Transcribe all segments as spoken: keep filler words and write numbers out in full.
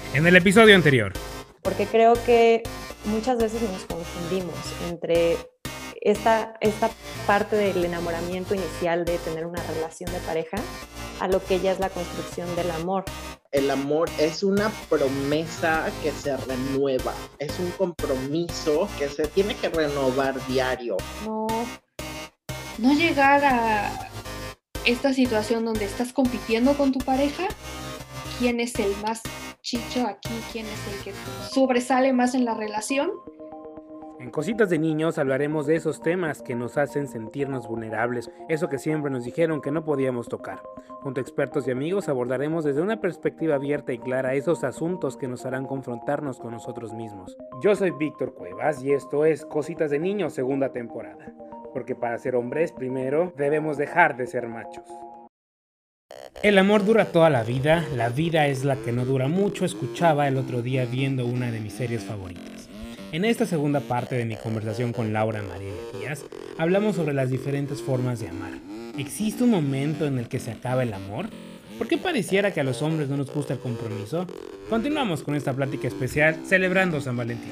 En el episodio anterior. Porque creo que muchas veces nos confundimos entre esta, esta parte del enamoramiento inicial de tener una relación de pareja a lo que ya es la construcción del amor. El amor es una promesa que se renueva, es un compromiso que se tiene que renovar diario. No, no llegar a esta situación donde estás compitiendo con tu pareja, quién es el más chicho aquí, quién es el que sobresale más en la relación. En Cositas de Niños hablaremos de esos temas que nos hacen sentirnos vulnerables, eso que siempre nos dijeron que no podíamos tocar. Junto a expertos y amigos abordaremos desde una perspectiva abierta y clara esos asuntos que nos harán confrontarnos con nosotros mismos. Yo soy Víctor Cuevas y esto es Cositas de Niños, segunda temporada. Porque para ser hombres, primero, debemos dejar de ser machos. El amor dura toda la vida, la vida es la que no dura mucho, escuchaba el otro día viendo una de mis series favoritas. En esta segunda parte de mi conversación con Laura María Díaz, hablamos sobre las diferentes formas de amar. ¿Existe un momento en el que se acaba el amor? ¿Por qué pareciera que a los hombres no nos gusta el compromiso? Continuamos con esta plática especial celebrando San Valentín.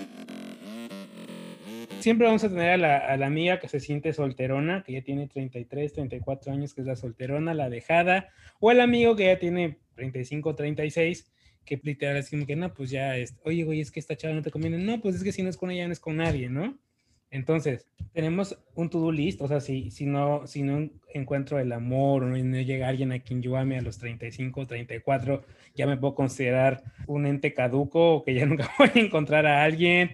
Siempre vamos a tener a la, a la amiga que se siente solterona, que ya tiene treinta y tres, treinta y cuatro años, que es la solterona, la dejada, o el amigo que ya tiene treinta y cinco, treinta y seis, que literal es como que no, pues ya, es, oye, güey, es que esta chava no te conviene. No, pues es que si no es con ella, no es con nadie, ¿no? Entonces, tenemos un to-do list, o sea, si, si, no, si no encuentro el amor o no, no llega alguien a quien yo ame a los treinta y cinco, treinta y cuatro, ya me puedo considerar un ente caduco o que ya nunca voy a encontrar a alguien,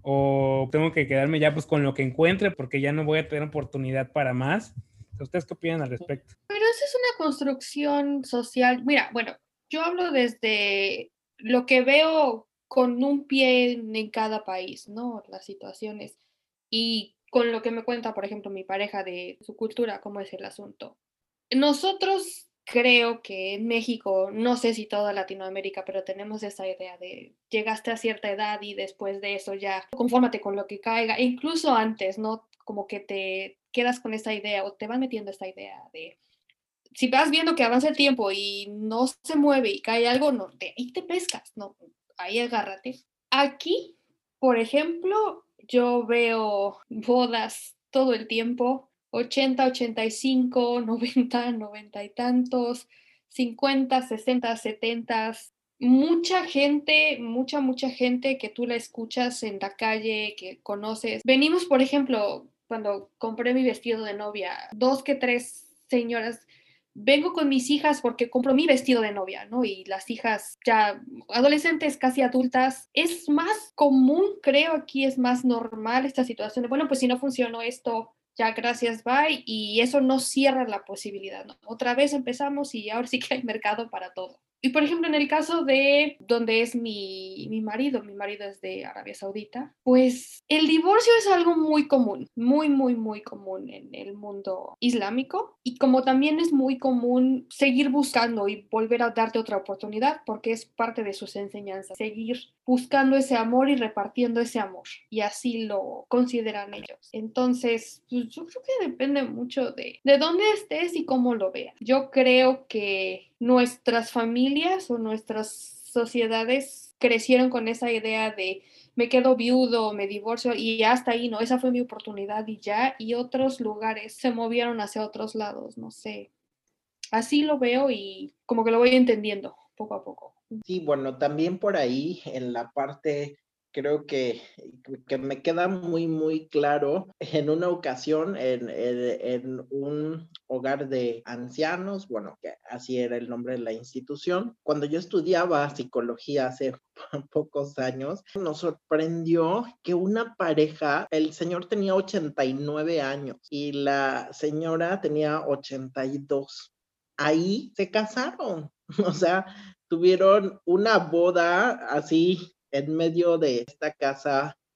o tengo que quedarme ya pues con lo que encuentre porque ya no voy a tener oportunidad para más. ¿Ustedes qué opinan al respecto? Pero esa es una construcción social. Mira, bueno, yo hablo desde lo que veo con un pie en cada país, ¿no? Las situaciones. Y con lo que me cuenta, por ejemplo, mi pareja de su cultura, cómo es el asunto. Nosotros creo que en México, no sé si toda Latinoamérica, pero tenemos esa idea de llegaste a cierta edad y después de eso ya confórmate con lo que caiga, e incluso antes, ¿no? Como que te quedas con esa idea o te van metiendo esta idea de si vas viendo que avanza el tiempo y no se mueve y cae algo, no, de ahí te pescas, no, ahí agárrate. Aquí, por ejemplo, yo veo bodas todo el tiempo, ochenta, ochenta y cinco, noventa, noventa y tantos, cincuenta, sesenta, setenta. Mucha gente, mucha, mucha gente que tú la escuchas en la calle, que conoces. Venimos, por ejemplo, cuando compré mi vestido de novia, dos que tres señoras, vengo con mis hijas porque compro mi vestido de novia, ¿no? Y las hijas ya adolescentes, casi adultas, es más común, creo, aquí es más normal esta situación de, bueno, pues si no funcionó esto, ya gracias, bye, y eso no cierra la posibilidad, ¿no? Otra vez empezamos y ahora sí que hay mercado para todo. Y por ejemplo, en el caso de donde es mi, mi marido, mi marido es de Arabia Saudita, pues el divorcio es algo muy común, muy, muy, muy común en el mundo islámico. Y como también es muy común seguir buscando y volver a darte otra oportunidad, porque es parte de sus enseñanzas, seguir buscando ese amor y repartiendo ese amor. Y así lo consideran ellos. Entonces, pues yo creo que depende mucho de, de dónde estés y cómo lo veas. Yo creo que nuestras familias o nuestras sociedades crecieron con esa idea de me quedo viudo, me divorcio y hasta ahí, ¿no? Esa fue mi oportunidad y ya, y otros lugares se movieron hacia otros lados, no sé. Así lo veo y como que lo voy entendiendo poco a poco. Sí, bueno, también por ahí en la parte, creo que, que me queda muy, muy claro, en una ocasión en, en, en un hogar de ancianos, bueno, que así era el nombre de la institución, cuando yo estudiaba psicología hace pocos años, nos sorprendió que una pareja, el señor tenía ochenta y nueve años y la señora tenía ochenta y dos. Ahí se casaron, o sea, tuvieron una boda así en medio de esta casa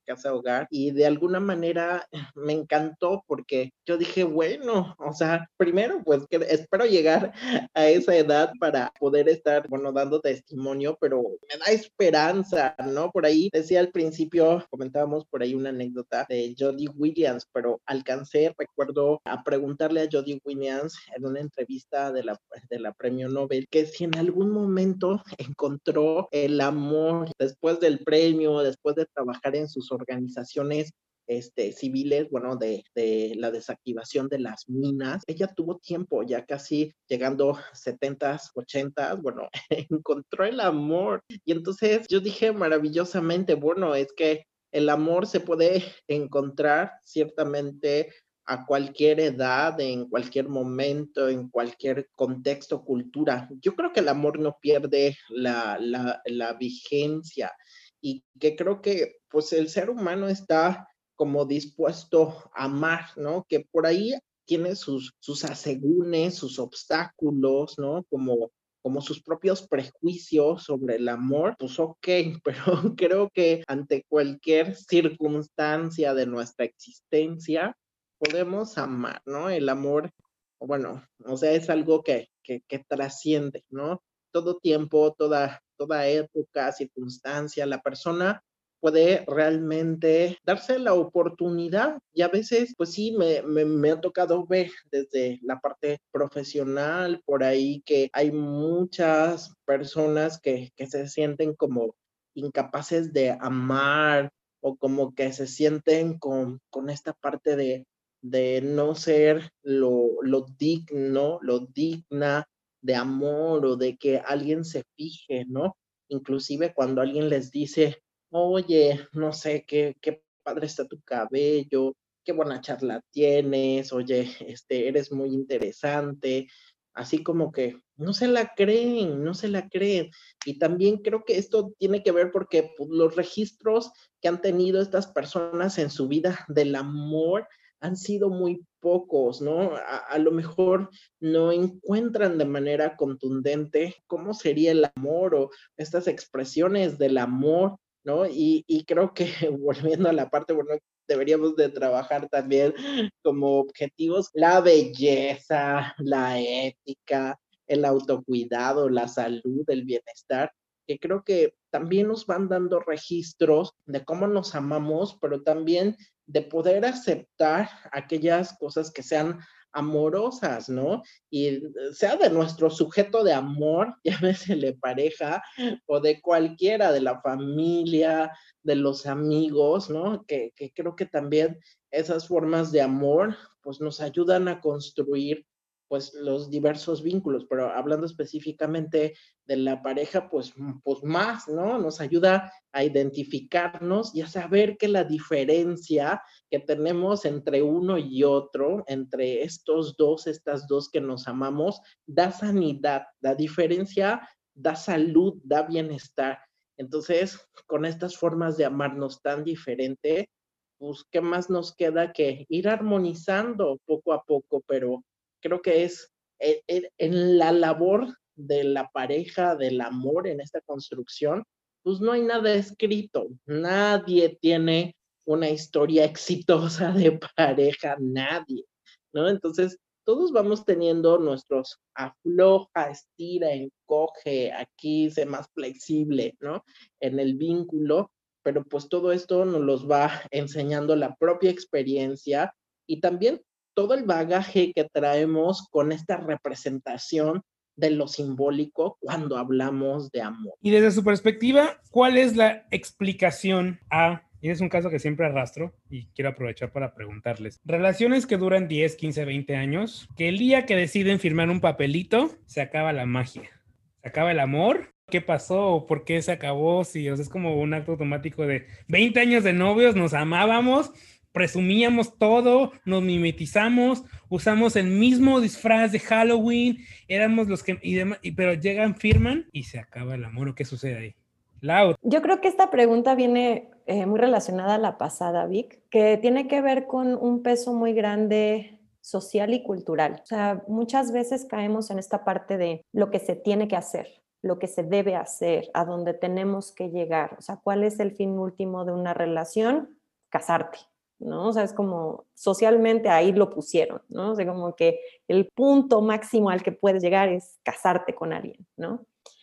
casa hogar, y de alguna manera me encantó porque yo dije, bueno, o sea, primero pues que espero llegar a esa edad para poder estar, bueno, dando testimonio, pero me da esperanza, ¿no? Por ahí decía al principio, comentábamos por ahí una anécdota de Jody Williams, pero alcancé, recuerdo, a preguntarle a Jody Williams en una entrevista de la, de la Premio Nobel, que si en algún momento encontró el amor después del premio, después de trabajar en sus organizaciones este, civiles, bueno, de, de la desactivación de las minas. Ella tuvo tiempo, ya casi llegando setentas, ochentas, bueno, encontró el amor. Y entonces yo dije maravillosamente, bueno, es que el amor se puede encontrar ciertamente a cualquier edad, en cualquier momento, en cualquier contexto, cultura. Yo creo que el amor no pierde la, la, la vigencia y que creo que pues el ser humano está como dispuesto a amar, ¿no? Que por ahí tiene sus, sus asegúnes, sus obstáculos, ¿no? Como, como sus propios prejuicios sobre el amor, pues ok, pero creo que ante cualquier circunstancia de nuestra existencia, podemos amar, ¿no? El amor, bueno, o sea, es algo que, que, que trasciende, ¿no? Todo tiempo, toda, toda época, circunstancia, la persona puede realmente darse la oportunidad y a veces, pues sí, me, me, me ha tocado ver desde la parte profesional por ahí que hay muchas personas que, que se sienten como incapaces de amar o como que se sienten con, con esta parte de, de no ser lo, lo digno, lo digna de amor o de que alguien se fije, ¿no? Inclusive cuando alguien les dice, oye, no sé, qué, qué padre está tu cabello, qué buena charla tienes, oye, este, eres muy interesante, así como que no se la creen, no se la creen. Y también creo que esto tiene que ver porque pues, los registros que han tenido estas personas en su vida del amor han sido muy pocos, ¿no? A, a lo mejor no encuentran de manera contundente cómo sería el amor o estas expresiones del amor, ¿no? Y, y creo que volviendo a la parte, bueno, deberíamos de trabajar también como objetivos la belleza, la ética, el autocuidado, la salud, el bienestar, que creo que también nos van dando registros de cómo nos amamos, pero también de poder aceptar aquellas cosas que sean amorosas, ¿no? Y sea de nuestro sujeto de amor, llámesele pareja, o de cualquiera, de la familia, de los amigos, ¿no? Que, que creo que también esas formas de amor, pues nos ayudan a construir pues los diversos vínculos, pero hablando específicamente de la pareja, pues, pues más, ¿no? Nos ayuda a identificarnos y a saber que la diferencia que tenemos entre uno y otro, entre estos dos, estas dos que nos amamos, da sanidad, la diferencia da salud, da bienestar. Entonces, con estas formas de amarnos tan diferente, pues, ¿qué más nos queda que ir armonizando poco a poco? Pero creo que es en, en la labor de la pareja, del amor, en esta construcción, pues no hay nada escrito, nadie tiene una historia exitosa de pareja, nadie, ¿no? Entonces, todos vamos teniendo nuestros afloja, estira, encoge, aquí, sé más flexible, ¿no? En el vínculo, pero pues todo esto nos los va enseñando la propia experiencia y también todo el bagaje que traemos con esta representación de lo simbólico cuando hablamos de amor. Y desde su perspectiva, ¿cuál es la explicación a, y es un caso que siempre arrastro y quiero aprovechar para preguntarles, relaciones que duran diez, quince, veinte años, que el día que deciden firmar un papelito, se acaba la magia, se acaba el amor? ¿Qué pasó? ¿Por qué se acabó? Si, o sea, es como un acto automático de veinte años de novios, nos amábamos, presumíamos todo, nos mimetizamos, usamos el mismo disfraz de Halloween, éramos los que, y demás, y, pero llegan, firman y se acaba el amor. ¿O qué sucede ahí? Lau. Yo creo que esta pregunta viene eh, muy relacionada a la pasada, Vic, que tiene que ver con un peso muy grande social y cultural. O sea, muchas veces caemos en esta parte de lo que se tiene que hacer, lo que se debe hacer, a dónde tenemos que llegar. O sea, ¿cuál es el fin último de una relación? casarte, ¿no? O sea, es como socialmente ahí lo pusieron, ¿no? O sea, como que el punto máximo al que puedes llegar es casarte con alguien, ¿no?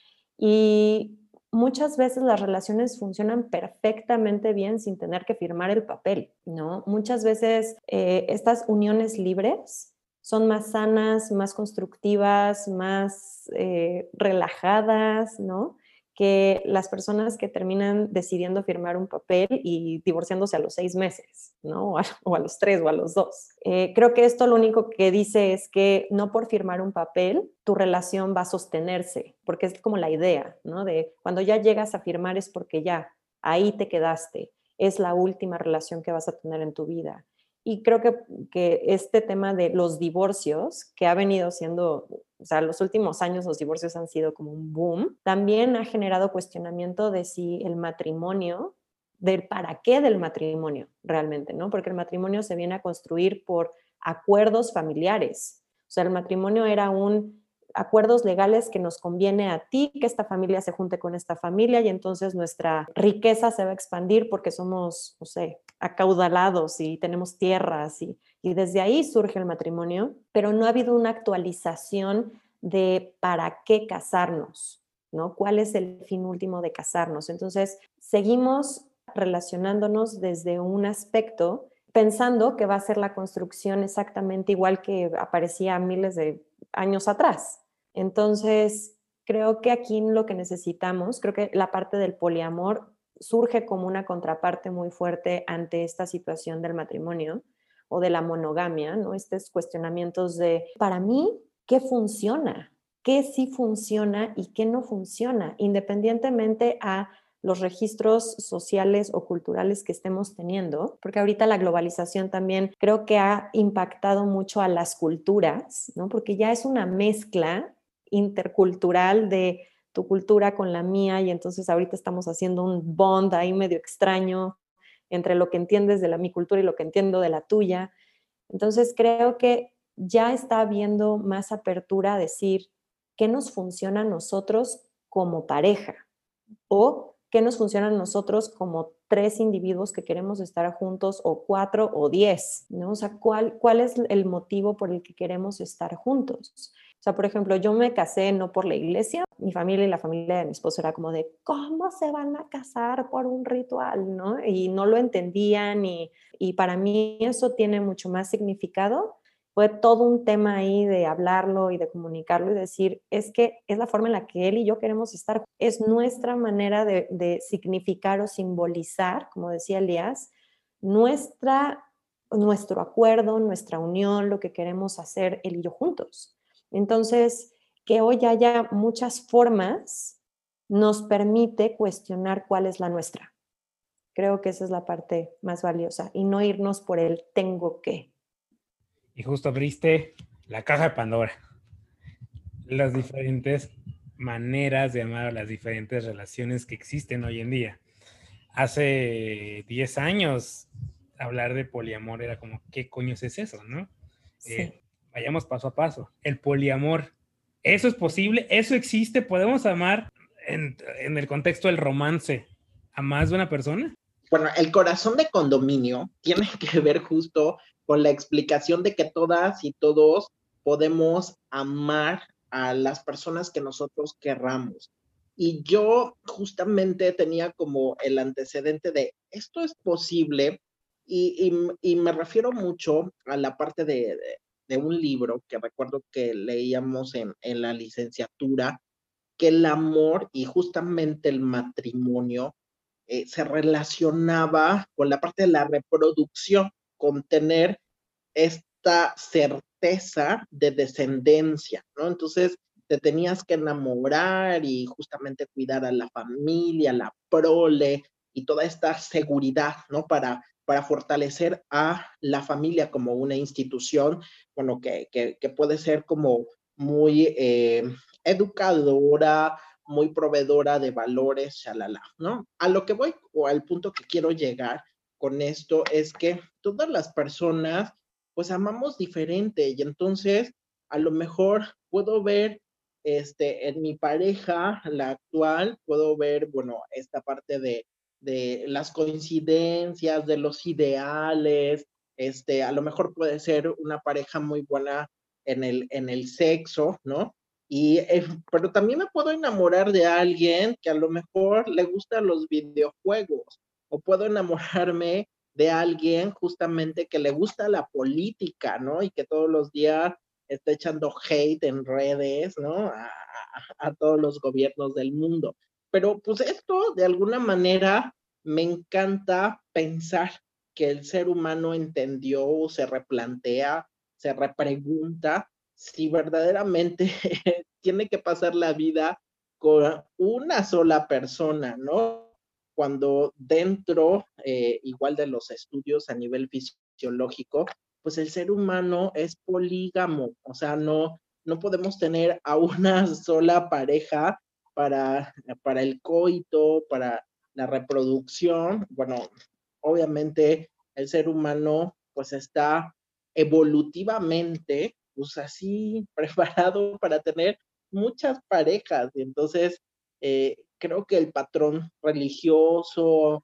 Y muchas veces las relaciones funcionan perfectamente bien sin tener que firmar el papel, ¿no? Muchas veces eh, estas uniones libres son más sanas, más constructivas, más eh, relajadas, ¿no? Que las personas que terminan decidiendo firmar un papel y divorciándose a los seis meses, ¿no? O a, o a los tres o a los dos. Eh, creo que esto lo único que dice es que no por firmar un papel tu relación va a sostenerse, porque es como la idea, ¿no? De cuando ya llegas a firmar es porque ya, ahí te quedaste, es la última relación que vas a tener en tu vida. Y creo que, que este tema de los divorcios, que ha venido siendo, o sea, los últimos años los divorcios han sido como un boom, también ha generado cuestionamiento de si el matrimonio, del para qué del matrimonio realmente, ¿no? Porque el matrimonio se viene a construir por acuerdos familiares. O sea, el matrimonio era un acuerdos legales que nos conviene a ti, que esta familia se junte con esta familia y entonces nuestra riqueza se va a expandir porque somos, no sé, acaudalados y tenemos tierras y, y desde ahí surge el matrimonio, pero no ha habido una actualización de para qué casarnos, ¿no? ¿Cuál es el fin último de casarnos? Entonces, seguimos relacionándonos desde un aspecto pensando que va a ser la construcción exactamente igual que aparecía miles de años atrás. Entonces, creo que aquí lo que necesitamos, creo que la parte del poliamor surge como una contraparte muy fuerte ante esta situación del matrimonio o de la monogamia, ¿no? Estos cuestionamientos de, para mí, ¿qué funciona? ¿Qué sí funciona y qué no funciona? Independientemente a los registros sociales o culturales que estemos teniendo, porque ahorita la globalización también creo que ha impactado mucho a las culturas, ¿no? Porque ya es una mezcla intercultural de tu cultura con la mía y entonces ahorita estamos haciendo un bond ahí medio extraño entre lo que entiendes de la, mi cultura y lo que entiendo de la tuya. Entonces creo que ya está habiendo más apertura a decir qué nos funciona a nosotros como pareja o qué nos funciona a nosotros como tres individuos que queremos estar juntos o cuatro o diez, ¿no? O sea, ¿cuál, cuál es el motivo por el que queremos estar juntos? O sea, por ejemplo, yo me casé no por la iglesia, mi familia y la familia de mi esposo era como de, ¿cómo se van a casar por un ritual, no? Y no lo entendían y, y para mí eso tiene mucho más significado. Fue todo un tema ahí de hablarlo y de comunicarlo y decir, es que es la forma en la que él y yo queremos estar. Es nuestra manera de, de significar o simbolizar, como decía Elías, nuestra, nuestro acuerdo, nuestra unión, lo que queremos hacer él y yo juntos. Entonces, que hoy haya muchas formas nos permite cuestionar cuál es la nuestra. Creo que esa es la parte más valiosa y no irnos por el tengo que. Y justo abriste la caja de Pandora. Las diferentes maneras de amar a las diferentes relaciones que existen hoy en día. Hace diez años hablar de poliamor era como, ¿qué coño es eso, no? Sí. Eh, vayamos paso a paso. El poliamor, ¿eso es posible? ¿Eso existe? ¿Podemos amar en, en el contexto del romance a más de una persona? Bueno, el corazón de Condominio tiene que ver justo con la explicación de que todas y todos podemos amar a las personas que nosotros querramos. Y yo justamente tenía como el antecedente de esto es posible y, y, y me refiero mucho a la parte de, de, de, un libro que recuerdo que leíamos en, en la licenciatura, que el amor y justamente el matrimonio eh, se relacionaba con la parte de la reproducción, con tener esta certeza de descendencia, ¿no? Entonces te tenías que enamorar y justamente cuidar a la familia, la prole y toda esta seguridad, ¿no? Para, para fortalecer a la familia como una institución, bueno, que, que, que puede ser como muy eh, educadora, muy proveedora de valores, shalala, ¿no? A lo que voy o al punto que quiero llegar con esto es que todas las personas pues amamos diferente y entonces a lo mejor puedo ver este, en mi pareja, la actual, puedo ver, bueno, esta parte de, de las coincidencias, de los ideales, este, a lo mejor puede ser una pareja muy buena en el, en el sexo, ¿no? Y, eh, pero también me puedo enamorar de alguien que a lo mejor le gustan los videojuegos, o puedo enamorarme de alguien justamente que le gusta la política, ¿no? Y que todos los días está echando hate en redes, ¿no? A, a, a todos los gobiernos del mundo. Pero pues esto de alguna manera me encanta pensar que el ser humano entendió o se replantea, se repregunta si verdaderamente tiene que pasar la vida con una sola persona, ¿no? Cuando dentro, eh, igual de los estudios a nivel fisiológico, pues el ser humano es polígamo, o sea, no, no podemos tener a una sola pareja para, para el coito, para la reproducción. Bueno, obviamente el ser humano pues está evolutivamente pues así preparado para tener muchas parejas. Y entonces eh, creo que el patrón religioso,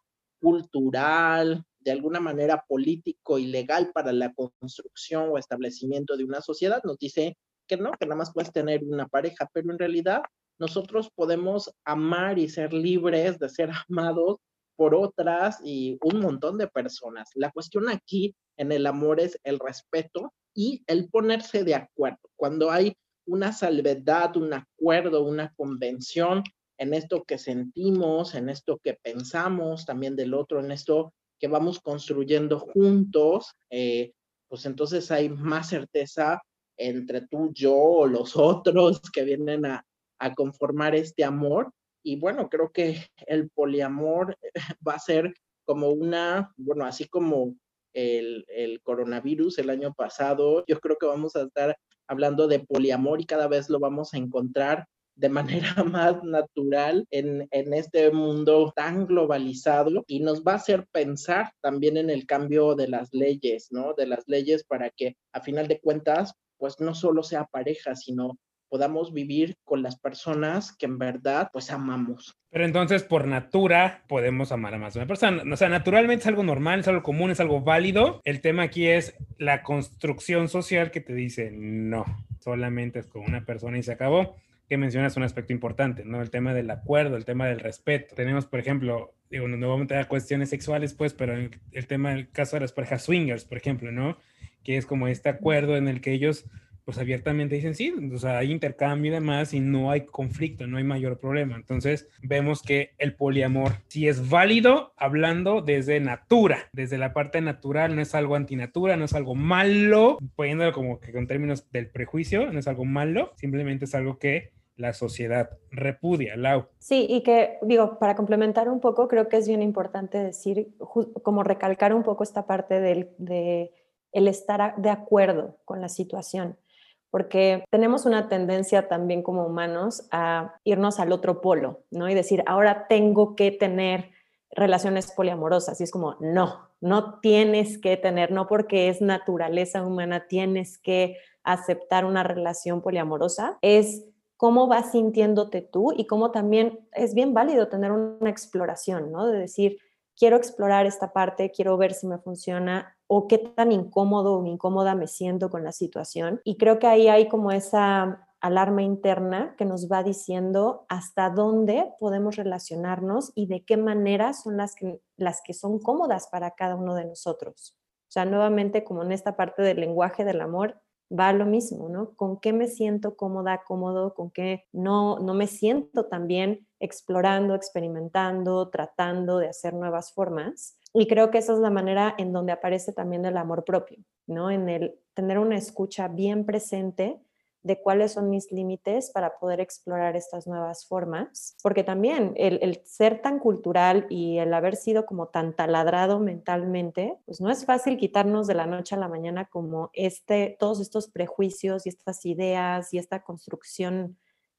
cultural, de alguna manera político y legal para la construcción o establecimiento de una sociedad nos dice que no, que nada más puedes tener una pareja, pero en realidad nosotros podemos amar y ser libres de ser amados por otras y un montón de personas. La cuestión aquí en el amor es el respeto y el ponerse de acuerdo. Cuando hay una salvedad, un acuerdo, una convención en esto que sentimos, en esto que pensamos también del otro, en esto que vamos construyendo juntos, eh, pues entonces hay más certeza entre tú, yo o los otros que vienen a, a conformar este amor. Y bueno, creo que el poliamor va a ser como una, bueno, así como el, el coronavirus el año pasado, yo creo que vamos a estar hablando de poliamor y cada vez lo vamos a encontrar de manera más natural en, en este mundo tan globalizado y nos va a hacer pensar también en el cambio de las leyes, ¿no? De las leyes para que a final de cuentas, pues no solo sea pareja, sino podamos vivir con las personas que en verdad pues amamos. Pero entonces, por natura, podemos amar a más de una persona. O sea, naturalmente es algo normal, es algo común, es algo válido. El tema aquí es la construcción social que te dice, no, solamente es con una persona y se acabó. Que mencionas un aspecto importante, ¿no? El tema del acuerdo, el tema del respeto. Tenemos, por ejemplo, digo, no vamos a meter a cuestiones sexuales, pues, pero el, el tema, el caso de las parejas swingers, por ejemplo, ¿no? Que es como este acuerdo en el que ellos pues abiertamente dicen sí, o sea, hay intercambio y demás y no hay conflicto, no hay mayor problema. Entonces vemos que el poliamor sí es válido hablando desde natura, desde la parte natural, no es algo antinatura, no es algo malo, poniéndolo como que con términos del prejuicio, no es algo malo, simplemente es algo que la sociedad repudia. Lau. Sí, y que, digo, para complementar un poco, creo que es bien importante decir, como recalcar un poco esta parte del, de el estar de acuerdo con la situación, porque tenemos una tendencia también como humanos a irnos al otro polo, ¿no? Y decir, ahora tengo que tener relaciones poliamorosas, y es como, no, no tienes que tener, no porque es naturaleza humana, tienes que aceptar una relación poliamorosa, es cómo vas sintiéndote tú y cómo también es bien válido tener una exploración, ¿no? De decir, quiero explorar esta parte, quiero ver si me funciona o qué tan incómodo o incómoda me siento con la situación. Y creo que ahí hay como esa alarma interna que nos va diciendo hasta dónde podemos relacionarnos y de qué manera son las que, las que son cómodas para cada uno de nosotros. O sea, nuevamente, como en esta parte del lenguaje del amor, va a lo mismo, ¿no? ¿Con qué me siento cómoda, cómodo? ¿Con qué no, no me siento también explorando, experimentando, tratando de hacer nuevas formas? Y creo que esa es la manera en donde aparece también el amor propio, ¿no? En el tener una escucha bien presente de cuáles son mis límites para poder explorar estas nuevas formas, porque también el, el ser tan cultural y el haber sido como tan taladrado mentalmente, pues no es fácil quitarnos de la noche a la mañana como este, todos estos prejuicios y estas ideas y esta construcción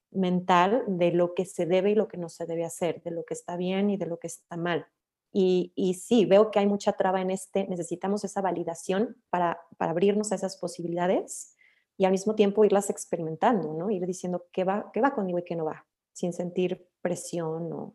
mental de lo que se debe y lo que no se debe hacer, de lo que está bien y de lo que está mal. Y, y sí, veo que hay mucha traba en este, necesitamos esa validación para, para abrirnos a esas posibilidades y al mismo tiempo irlas experimentando, ¿no? Ir diciendo qué va, qué va conmigo y qué no va, sin sentir presión o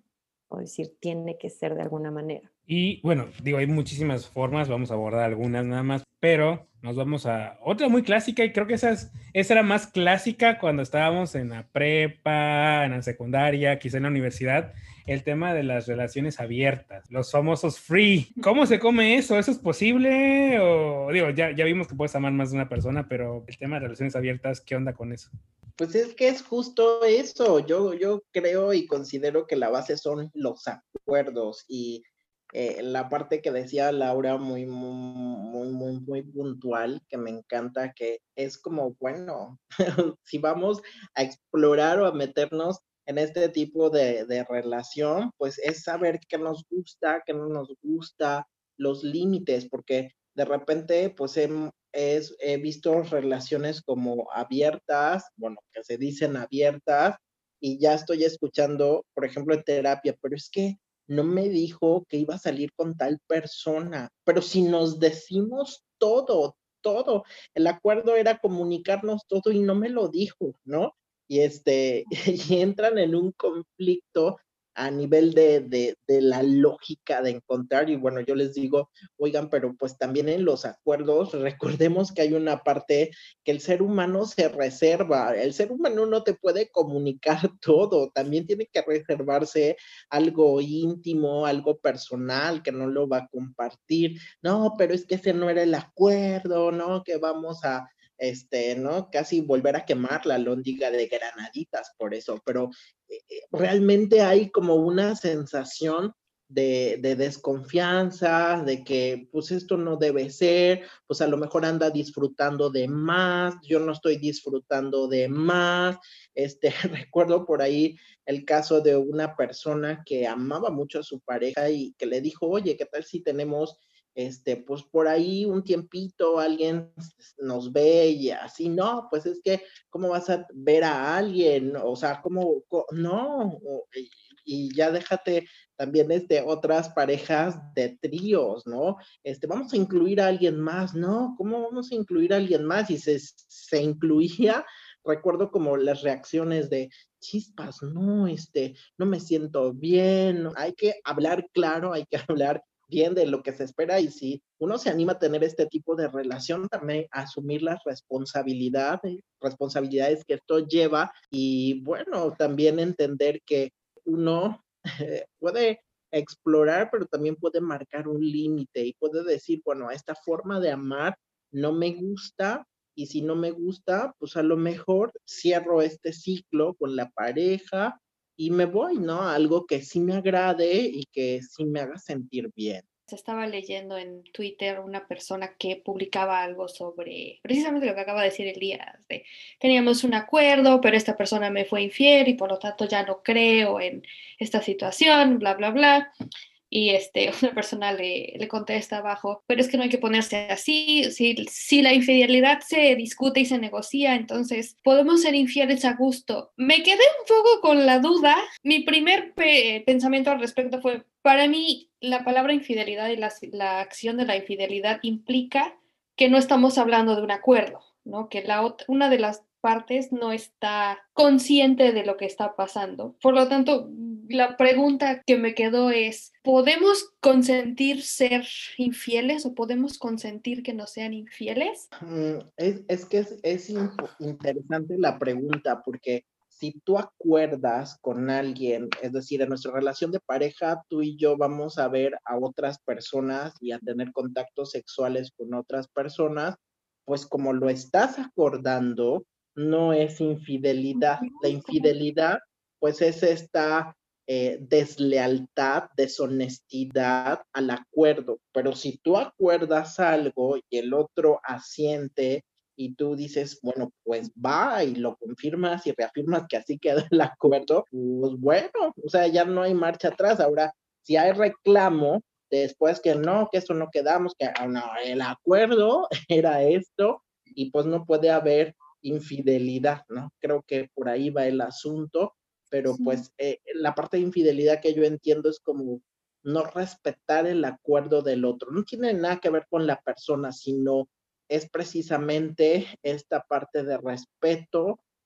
o decir tiene que ser de alguna manera. Y bueno, digo, hay muchísimas formas, vamos a abordar algunas nada más, pero nos vamos a otra muy clásica y creo que esa, es, esa era más clásica cuando estábamos en la prepa, en la secundaria, quizá en la universidad, el tema de las relaciones abiertas, los famosos free. ¿Cómo se come eso? ¿Eso es posible? O digo, ya, ya vimos que puedes amar más de una persona, pero el tema de relaciones abiertas, ¿qué onda con eso? Pues es que es justo eso. Yo, yo creo y considero que la base son los acuerdos y eh, la parte que decía Laura muy, muy, muy, muy puntual, que me encanta, que es como, bueno, si vamos a explorar o a meternos en este tipo de, de relación, pues es saber qué nos gusta, qué no nos gusta, los límites, porque de repente, pues he, es, he visto relaciones como abiertas, bueno, que se dicen abiertas, y ya estoy escuchando, por ejemplo, en terapia, pero es que no me dijo que iba a salir con tal persona, pero si nos decimos todo, todo, el acuerdo era comunicarnos todo y no me lo dijo, ¿no? Y este, y entran en un conflicto a nivel de, de, de la lógica de encontrar, y bueno, yo les digo, oigan, pero pues también en los acuerdos, recordemos que hay una parte que el ser humano se reserva, el ser humano no te puede comunicar todo, también tiene que reservarse algo íntimo, algo personal, que no lo va a compartir, no, pero es que ese no era el acuerdo, ¿no? Que vamos a, este, ¿no? Casi volver a quemar la lóndiga de granaditas por eso, pero eh, realmente hay como una sensación de, de, desconfianza, de que pues esto no debe ser, pues a lo mejor anda disfrutando de más, yo no estoy disfrutando de más. Este, recuerdo por ahí el caso de una persona que amaba mucho a su pareja y que le dijo, oye, ¿qué tal si tenemos este, pues por ahí un tiempito alguien nos ve y así? No, pues es que, ¿cómo vas a ver a alguien? O sea, ¿cómo? cómo no, y, y ya déjate también este, otras parejas de tríos, ¿no? Este, vamos a incluir a alguien más, ¿no? ¿Cómo vamos a incluir a alguien más? Y se, se incluía, recuerdo como las reacciones de, chispas, no, este, no me siento bien, hay que hablar claro, hay que hablar bien de lo que se espera, y si uno se anima a tener este tipo de relación, también asumir las responsabilidades, responsabilidades que esto lleva, y bueno, también entender que uno eh, puede explorar, pero también puede marcar un límite y puede decir, bueno, esta forma de amar no me gusta, y si no me gusta, pues a lo mejor cierro este ciclo con la pareja y me voy, ¿no? Algo que sí me agrade y que sí me haga sentir bien. Estaba leyendo en Twitter una persona que publicaba algo sobre precisamente lo que acaba de decir Elías, de teníamos un acuerdo, pero esta persona me fue infiel y por lo tanto ya no creo en esta situación, bla, bla, bla. Y este, una persona le, le contesta abajo, pero es que no hay que ponerse así, si, si la infidelidad se discute y se negocia, entonces podemos ser infieles a gusto. Me quedé un poco con la duda. Mi primer pe pensamiento al respecto fue, para mí, la palabra infidelidad y la, la acción de la infidelidad implica que no estamos hablando de un acuerdo, ¿no? Que la otra, una de las partes no está consciente de lo que está pasando. Por lo tanto, la pregunta que me quedó es, ¿podemos consentir ser infieles o podemos consentir que nos sean infieles? Mm, Es, es que es, es interesante la pregunta, porque si tú acuerdas con alguien, es decir, en nuestra relación de pareja, tú y yo vamos a ver a otras personas y a tener contactos sexuales con otras personas, pues como lo estás acordando, no es infidelidad. La infidelidad, pues es esta eh, deslealtad, deshonestidad al acuerdo. Pero si tú acuerdas algo y el otro asiente y tú dices, bueno, pues va y lo confirmas y reafirmas que así quedó el acuerdo, pues bueno, o sea, ya no hay marcha atrás. Ahora, si hay reclamo, después que no, que eso no quedamos, que oh, no, el acuerdo era esto, y pues no puede haber infidelidad, ¿no? Creo que por ahí va el asunto, pero Sí. pues eh, la parte de infidelidad que yo entiendo es como no respetar el acuerdo del otro. No tiene nada que ver con la persona, sino es precisamente esta parte de respeto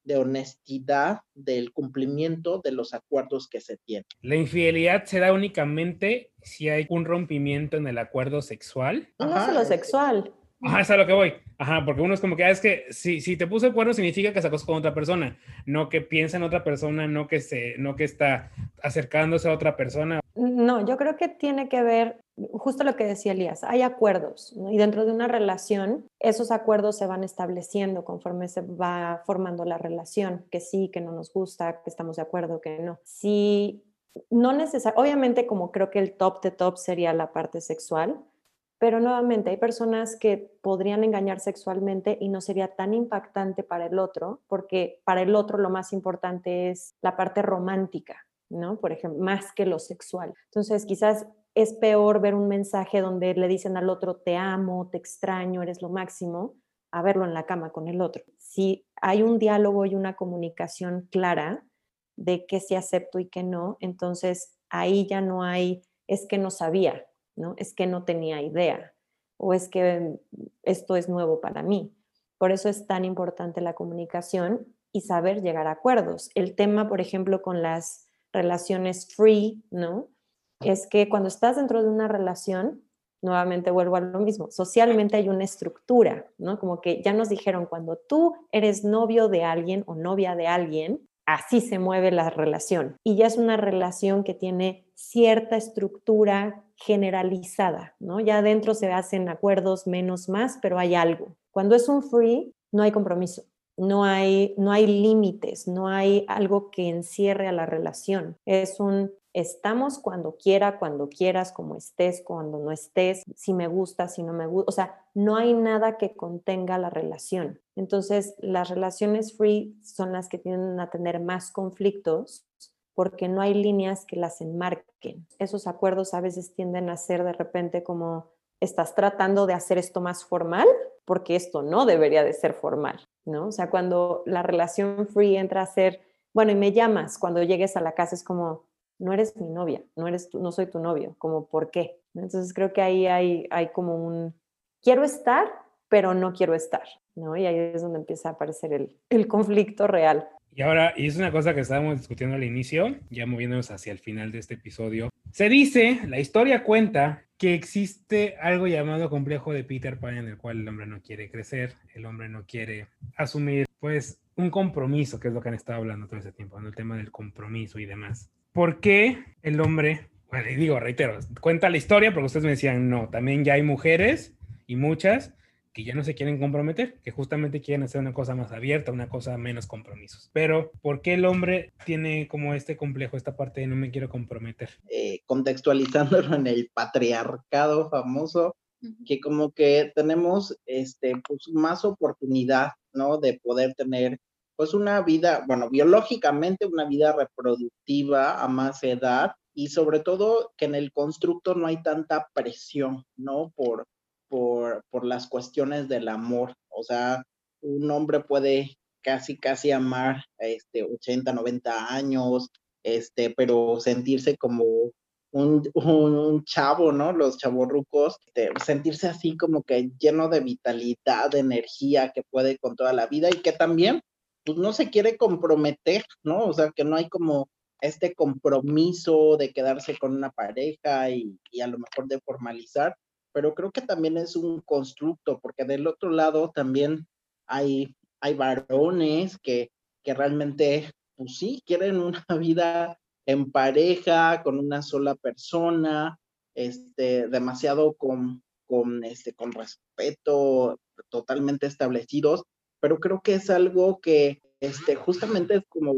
de honestidad del cumplimiento de los acuerdos que se tienen. ¿La infidelidad se da únicamente si hay un rompimiento en el acuerdo sexual? No Ajá, solo es- sexual. Ajá, es a lo que voy. Ajá, porque uno es como que, ah, es que si, si te puso el cuerno significa que se acostó con otra persona, no que piensa en otra persona, no que, se, no que está acercándose a otra persona. No, yo creo que tiene que ver justo lo que decía Elías, hay acuerdos, ¿no? Y dentro de una relación, esos acuerdos se van estableciendo conforme se va formando la relación, que sí, que no nos gusta, que estamos de acuerdo, que no. Si no necesariamente, obviamente como creo que el top de top sería la parte sexual, pero nuevamente hay personas que podrían engañar sexualmente y no sería tan impactante para el otro, porque para el otro lo más importante es la parte romántica, ¿no? Por ejemplo, más que lo sexual. Entonces, quizás es peor ver un mensaje donde le dicen al otro, te amo, te extraño, eres lo máximo, a verlo en la cama con el otro. Si hay un diálogo y una comunicación clara de qué sí acepto y qué no, entonces ahí ya no hay, es que no sabía, ¿no? Es que no tenía idea, o es que esto es nuevo para mí. Por eso es tan importante la comunicación y saber llegar a acuerdos. El tema, por ejemplo, con las relaciones free, ¿no? Es que cuando estás dentro de una relación, nuevamente vuelvo a lo mismo, socialmente hay una estructura, ¿no? Como que ya nos dijeron, cuando tú eres novio de alguien o novia de alguien, así se mueve la relación. Y ya es una relación que tiene cierta estructura generalizada, ¿no? Ya adentro se hacen acuerdos menos más, pero hay algo. Cuando es un free, no hay compromiso. No hay, no hay límites, no hay algo que encierre a la relación. Es un estamos cuando quiera, cuando quieras, como estés, cuando no estés, si me gusta, si no me gusta. O sea, no hay nada que contenga la relación. Entonces, las relaciones free son las que tienden a tener más conflictos porque no hay líneas que las enmarquen. Esos acuerdos a veces tienden a ser de repente como, estás tratando de hacer esto más formal porque esto no debería de ser formal, ¿no? O sea, cuando la relación free entra a ser, bueno, y me llamas cuando llegues a la casa, es como, no eres mi novia, no, eres tú, no soy tu novio, como, ¿por qué? Entonces creo que ahí hay, hay como un, quiero estar, pero no quiero estar, ¿no? Y ahí es donde empieza a aparecer el, el conflicto real. Y ahora, y es una cosa que estábamos discutiendo al inicio, ya moviéndonos hacia el final de este episodio. Se dice, la historia cuenta, que existe algo llamado complejo de Peter Pan en el cual el hombre no quiere crecer, el hombre no quiere asumir, pues, un compromiso, que es lo que han estado hablando todo ese tiempo, ¿no? El tema del compromiso y demás. ¿Por qué el hombre, bueno, y digo, reitero, cuenta la historia porque ustedes me decían, no, también ya hay mujeres y muchas que ya no se quieren comprometer, que justamente quieren hacer una cosa más abierta, una cosa menos compromisos. Pero, ¿por qué el hombre tiene como este complejo, esta parte de no me quiero comprometer? Eh, contextualizándolo en el patriarcado famoso, que como que tenemos este, pues, más oportunidad, ¿no? De poder tener, pues, una vida, bueno, biológicamente una vida reproductiva a más edad, y sobre todo que en el constructo no hay tanta presión, ¿no? Por, por, por las cuestiones del amor. O sea, un hombre puede casi, casi amar este, ochenta, noventa años, este, pero sentirse como un, un, un chavo, ¿no? Los chavorrucos, este, sentirse así como que lleno de vitalidad, de energía que puede con toda la vida y que también, pues, no se quiere comprometer, ¿no? O sea, que no hay como este compromiso de quedarse con una pareja y, y a lo mejor de formalizar, pero creo que también es un constructo, porque del otro lado también hay, hay varones que, que realmente, pues sí, quieren una vida en pareja, con una sola persona, este, demasiado con, con, este, con respeto, totalmente establecidos, pero creo que es algo que este, justamente es como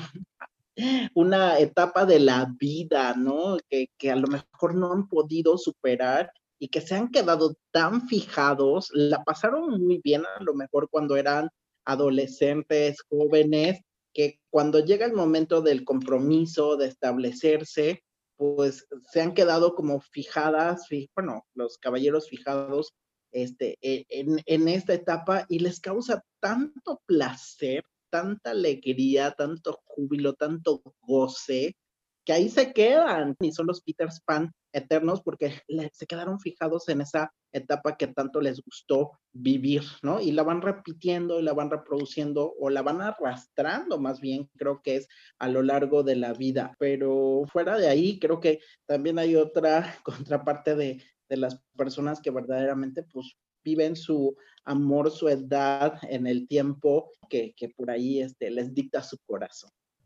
una etapa de la vida, ¿no? Que, que a lo mejor no han podido superar y que se han quedado tan fijados, la pasaron muy bien a lo mejor cuando eran adolescentes, jóvenes, que cuando llega el momento del compromiso, de establecerse, pues se han quedado como fijadas, bueno, los caballeros fijados este, en, en esta etapa y les causa tanto placer, tanta alegría, tanto júbilo, tanto goce, que ahí se quedan y son los Peter Pan eternos porque le, se quedaron fijados en esa etapa que tanto les gustó vivir, ¿no? Y la van repitiendo y la van reproduciendo o la van arrastrando más bien, creo que es a lo largo de la vida. Pero fuera de ahí, creo que también hay otra contraparte de, de las personas que verdaderamente pues viven su amor, su edad en el tiempo que, que por ahí este, les dicta su corazón.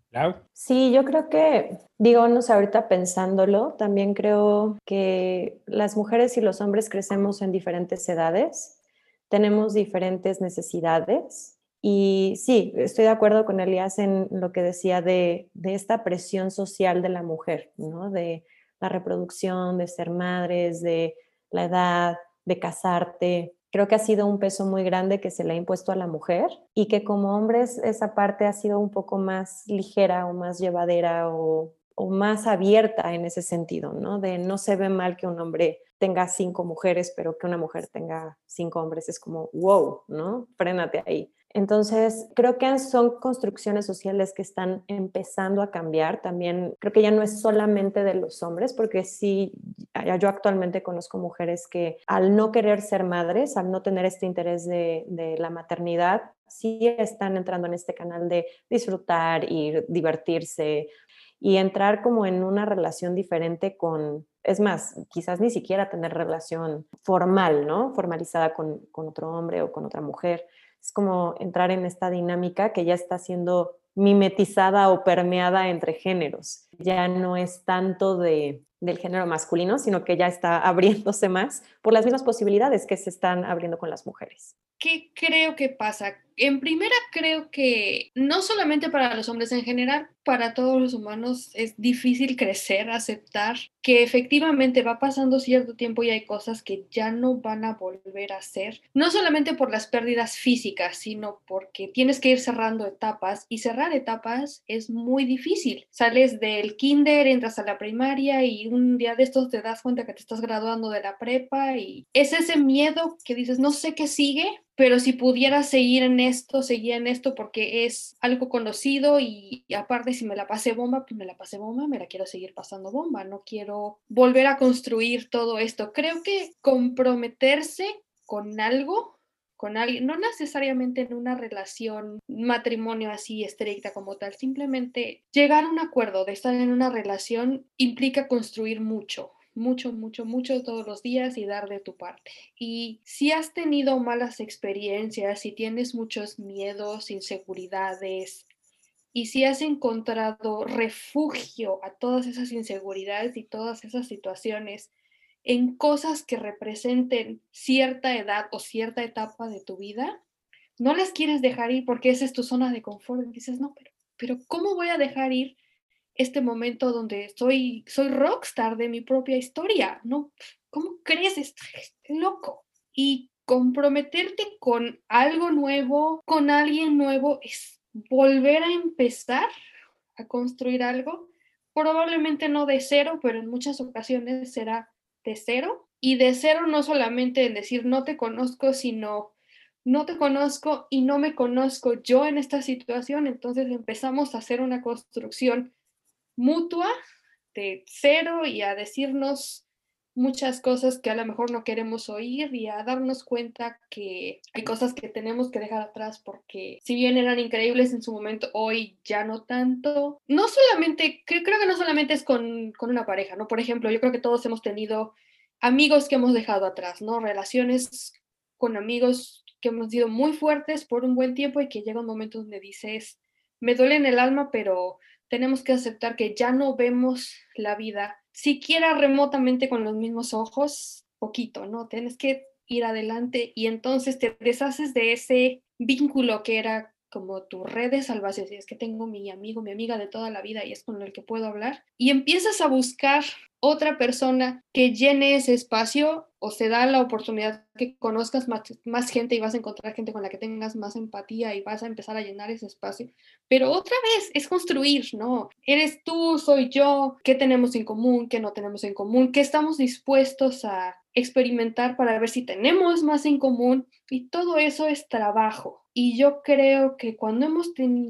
Sí, yo creo que, digo, no sé, ahorita pensándolo, también creo que las mujeres y los hombres crecemos en diferentes edades, tenemos diferentes necesidades y sí, estoy de acuerdo con Elías en lo que decía de, de esta presión social de la mujer, ¿no? De la reproducción, de ser madres, de la edad, de casarte. Creo que ha sido un peso muy grande que se le ha impuesto a la mujer y que como hombres esa parte ha sido un poco más ligera o más llevadera o, o más abierta en ese sentido, ¿no? De no se ve mal que un hombre tenga cinco mujeres, pero que una mujer tenga cinco hombres es como, wow, ¿no? Frénate ahí. Entonces, creo que son construcciones sociales que están empezando a cambiar. También creo que ya no es solamente de los hombres, porque sí, yo actualmente conozco mujeres que al no querer ser madres, al no tener este interés de, de la maternidad, sí están entrando en este canal de disfrutar y divertirse y entrar como en una relación diferente con, es más, quizás ni siquiera tener relación formal, ¿no? Formalizada con, con otro hombre o con otra mujer. Es como entrar en esta dinámica que ya está siendo mimetizada o permeada entre géneros. Ya no es tanto de, del género masculino, sino que ya está abriéndose más por las mismas posibilidades que se están abriendo con las mujeres. ¿Qué creo que pasa? En primera, creo que no solamente para los hombres en general, para todos los humanos es difícil crecer, aceptar que efectivamente va pasando cierto tiempo y hay cosas que ya no van a volver a ser, no solamente por las pérdidas físicas, sino porque tienes que ir cerrando etapas y cerrar etapas es muy difícil. Sales del kinder, entras a la primaria y un día de estos te das cuenta que te estás graduando de la prepa y es ese miedo que dices, no sé qué sigue, pero si pudiera seguir en esto, seguir en esto porque es algo conocido y, y aparte si me la pasé bomba, pues me la pasé bomba, me la quiero seguir pasando bomba, no quiero volver a construir todo esto. Creo que comprometerse con algo, con alguien, no necesariamente en una relación, matrimonio así estricta como tal, simplemente llegar a un acuerdo de estar en una relación implica construir mucho. Mucho, mucho, mucho todos los días y dar de tu parte. Y si has tenido malas experiencias, si tienes muchos miedos, inseguridades, y si has encontrado refugio a todas esas inseguridades y todas esas situaciones en cosas que representen cierta edad o cierta etapa de tu vida, no las quieres dejar ir porque esa es tu zona de confort. Y dices, no, pero, pero ¿cómo voy a dejar ir este momento donde soy, soy rockstar de mi propia historia? ¿No? ¿Cómo crees? Estás loco. Y comprometerte con algo nuevo, con alguien nuevo, es volver a empezar a construir algo. Probablemente no de cero, pero en muchas ocasiones será de cero. Y de cero no solamente en decir no te conozco, sino no te conozco y no me conozco yo en esta situación. Entonces empezamos a hacer una construcción mutua de cero y a decirnos muchas cosas que a lo mejor no queremos oír y a darnos cuenta que hay cosas que tenemos que dejar atrás porque si bien eran increíbles en su momento, hoy ya no tanto. No solamente, creo, creo que no solamente es con, con una pareja, ¿no? Por ejemplo, yo creo que todos hemos tenido amigos que hemos dejado atrás, ¿no? Relaciones con amigos que hemos sido muy fuertes por un buen tiempo y que llega un momento donde dices, me duele en el alma, pero tenemos que aceptar que ya no vemos la vida siquiera remotamente con los mismos ojos, poquito, ¿no? Tienes que ir adelante y entonces te deshaces de ese vínculo que era como tu red de salvación. Si es que tengo mi amigo, mi amiga de toda la vida y es con el que puedo hablar, y empiezas a buscar otra persona que llene ese espacio o se da la oportunidad que conozcas más, más gente y vas a encontrar gente con la que tengas más empatía y vas a empezar a llenar ese espacio. Pero otra vez es construir, ¿no? Eres tú, soy yo, ¿qué tenemos en común? ¿Qué no tenemos en común? ¿Qué estamos dispuestos a experimentar para ver si tenemos más en común? Y todo eso es trabajo. Y yo creo que cuando hemos tenido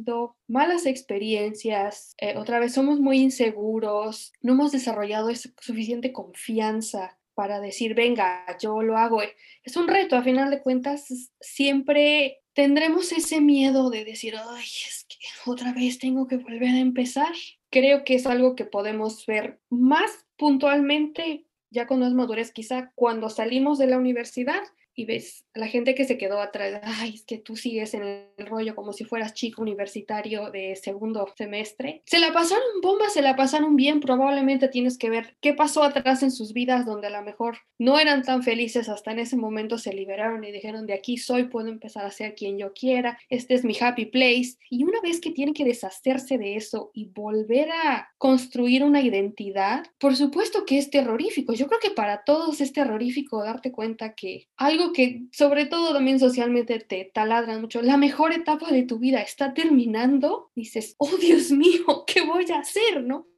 malas experiencias, eh, otra vez somos muy inseguros, no hemos desarrollado esa suficiente confianza para decir, venga, yo lo hago. Es un reto, a final de cuentas, siempre tendremos ese miedo de decir, ay, es que otra vez tengo que volver a empezar. Creo que es algo que podemos ver más puntualmente ya con más madurez, quizá cuando salimos de la universidad y ves a la gente que se quedó atrás, ay, es que tú sigues en el rollo como si fueras chico universitario de segundo semestre. Se la pasaron bomba, se la pasaron bien, probablemente tienes que ver qué pasó atrás en sus vidas donde a lo mejor no eran tan felices, hasta en ese momento se liberaron y dijeron, de aquí soy, puedo empezar a ser quien yo quiera, este es mi happy place. Y una vez que tienen que deshacerse de eso y volver a construir una identidad, por supuesto que es terrorífico. Yo creo que para todos es terrorífico darte cuenta que algo que sobre todo también socialmente te taladran mucho, la mejor etapa de tu vida está terminando, dices, oh Dios mío, ¿qué voy a hacer? ¿No?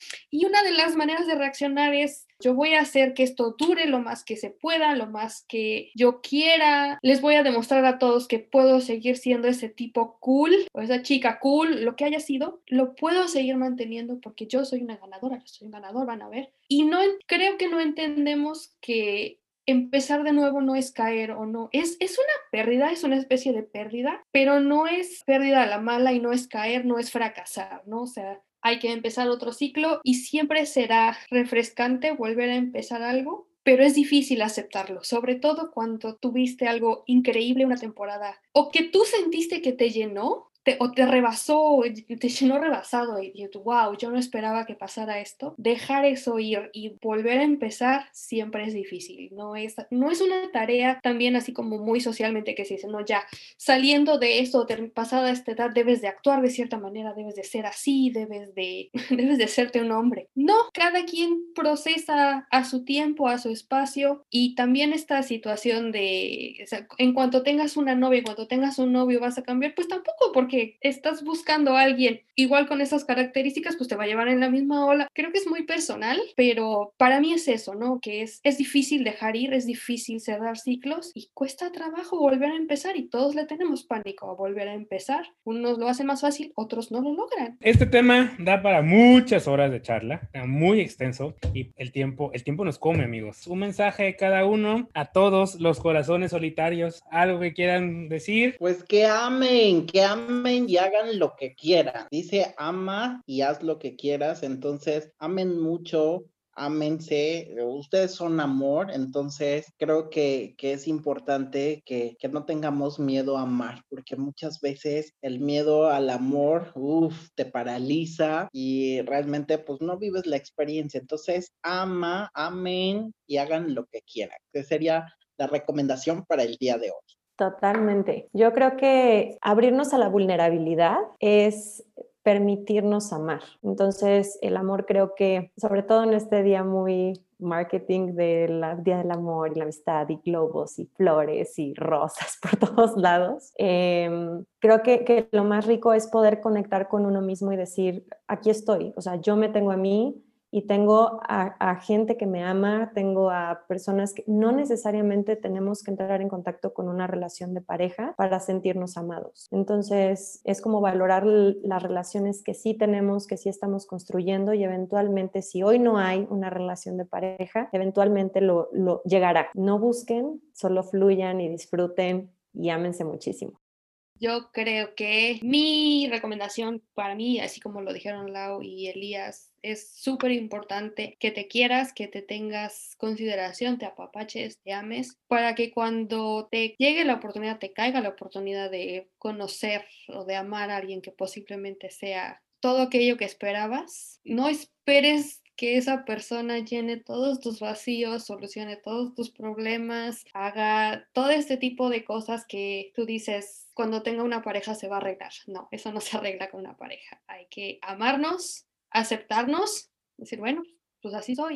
Y una de las maneras de reaccionar es, yo voy a hacer que esto dure lo más que se pueda, lo más que yo quiera. Les voy a demostrar a todos que puedo seguir siendo ese tipo cool o esa chica cool, lo que haya sido, lo puedo seguir manteniendo porque yo soy una ganadora, yo soy un ganador, van a ver. Y no creo que no entendemos que empezar de nuevo no es caer o no, es, es una pérdida, es una especie de pérdida, pero no es pérdida a la mala y no es caer, no es fracasar, ¿no? O sea, hay que empezar otro ciclo y siempre será refrescante volver a empezar algo, pero es difícil aceptarlo, sobre todo cuando tuviste algo increíble una temporada o que tú sentiste que te llenó. Te, o te rebasó, te llenó rebasado y, y wow, yo no esperaba que pasara esto. Dejar eso ir y volver a empezar siempre es difícil. No es, no es una tarea también así como muy socialmente que se dice, no, ya saliendo de esto, pasada esta edad, debes de actuar de cierta manera, debes de ser así, debes de, debes de serte un hombre. No, cada quien procesa a su tiempo, a su espacio y también esta situación de, o sea, en cuanto tengas una novia, en cuanto tengas un novio vas a cambiar, pues tampoco, porque estás buscando a alguien igual con esas características, pues te va a llevar en la misma ola. Creo que es muy personal, pero para mí es eso, ¿no? Que es, es difícil dejar ir, es difícil cerrar ciclos y cuesta trabajo volver a empezar y todos le tenemos pánico a volver a empezar. Unos lo hacen más fácil, otros no lo logran. Este tema da para muchas horas de charla, muy extenso y el tiempo, el tiempo nos come, amigos. Un mensaje de cada uno a todos los corazones solitarios, algo que quieran decir. Pues que amen, que amen y hagan lo que quieran. Dice ama y haz lo que quieras, entonces amen mucho, ámense, ustedes son amor, entonces creo que, que es importante que, que no tengamos miedo a amar, porque muchas veces el miedo al amor, uff, te paraliza y realmente pues no vives la experiencia, entonces ama, amen y hagan lo que quieran, que sería la recomendación para el día de hoy. Totalmente. Yo creo que abrirnos a la vulnerabilidad es permitirnos amar. Entonces, el amor creo que, sobre todo en este día muy marketing del Día del Amor y la Amistad y globos y flores y rosas por todos lados, eh, creo que, que lo más rico es poder conectar con uno mismo y decir, aquí estoy, o sea, yo me tengo a mí, y tengo a, a gente que me ama, tengo a personas que no necesariamente tenemos que entrar en contacto con una relación de pareja para sentirnos amados. Entonces, es como valorar las relaciones que sí tenemos, que sí estamos construyendo y eventualmente, si hoy no hay una relación de pareja, eventualmente lo, lo llegará. No busquen, solo fluyan y disfruten y ámense muchísimo. Yo creo que mi recomendación para mí, así como lo dijeron Lau y Elías, es súper importante que te quieras, que te tengas consideración, te apapaches, te ames, para que cuando te llegue la oportunidad, te caiga la oportunidad de conocer o de amar a alguien que posiblemente sea todo aquello que esperabas, no esperes que esa persona llene todos tus vacíos, solucione todos tus problemas, haga todo este tipo de cosas que tú dices, cuando tenga una pareja se va a arreglar. No, eso no se arregla con una pareja. Hay que amarnos, aceptarnos, decir, bueno, pues así soy y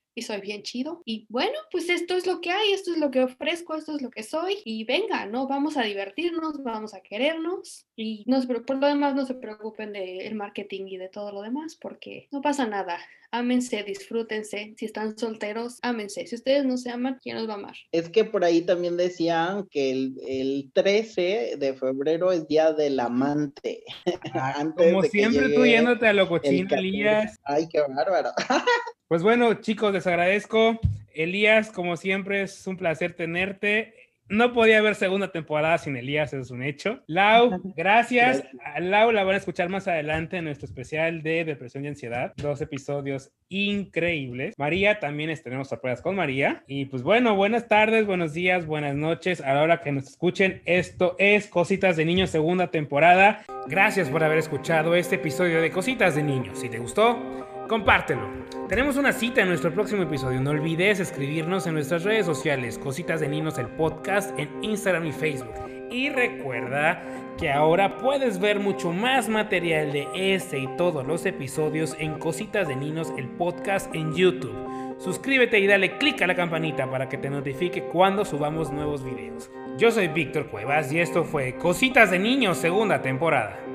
y soy bien chido. Y bueno, pues esto es lo que hay, esto es lo que ofrezco, esto es lo que soy. Y venga, ¿no? Vamos a divertirnos, vamos a querernos. Y no, pero por lo demás no se preocupen del marketing y de todo lo demás, porque no pasa nada. Ámense, disfrútense. Si están solteros, ámense. Si ustedes no se aman, ¿quién los va a amar? Es que por ahí también decían que el, el trece de febrero es Día del Amante. Ah, Antes como de siempre que tú llegue yéndote a lo el cochino, catorce. Elías. Ay, qué bárbaro. Pues bueno, chicos, les agradezco. Elías, como siempre, es un placer tenerte. No podía haber segunda temporada sin Elías, eso es un hecho. Lau, gracias. Gracias. A Lau la van a escuchar más adelante en nuestro especial de depresión y ansiedad. Dos episodios increíbles. María, también tenemos sorpresas con María. Y pues bueno, buenas tardes, buenos días, buenas noches. A la hora que nos escuchen, esto es Cositas de Niños, segunda temporada. Gracias por haber escuchado este episodio de Cositas de Niños. Si te gustó, compártelo. Tenemos una cita en nuestro próximo episodio. No olvides escribirnos en nuestras redes sociales, Cositas de Niños, el podcast, en Instagram y Facebook. Y recuerda que ahora puedes ver mucho más material de este y todos los episodios en Cositas de Niños, el podcast, en YouTube. Suscríbete y dale click a la campanita para que te notifique cuando subamos nuevos videos. Yo soy Víctor Cuevas y esto fue Cositas de Niños, segunda temporada.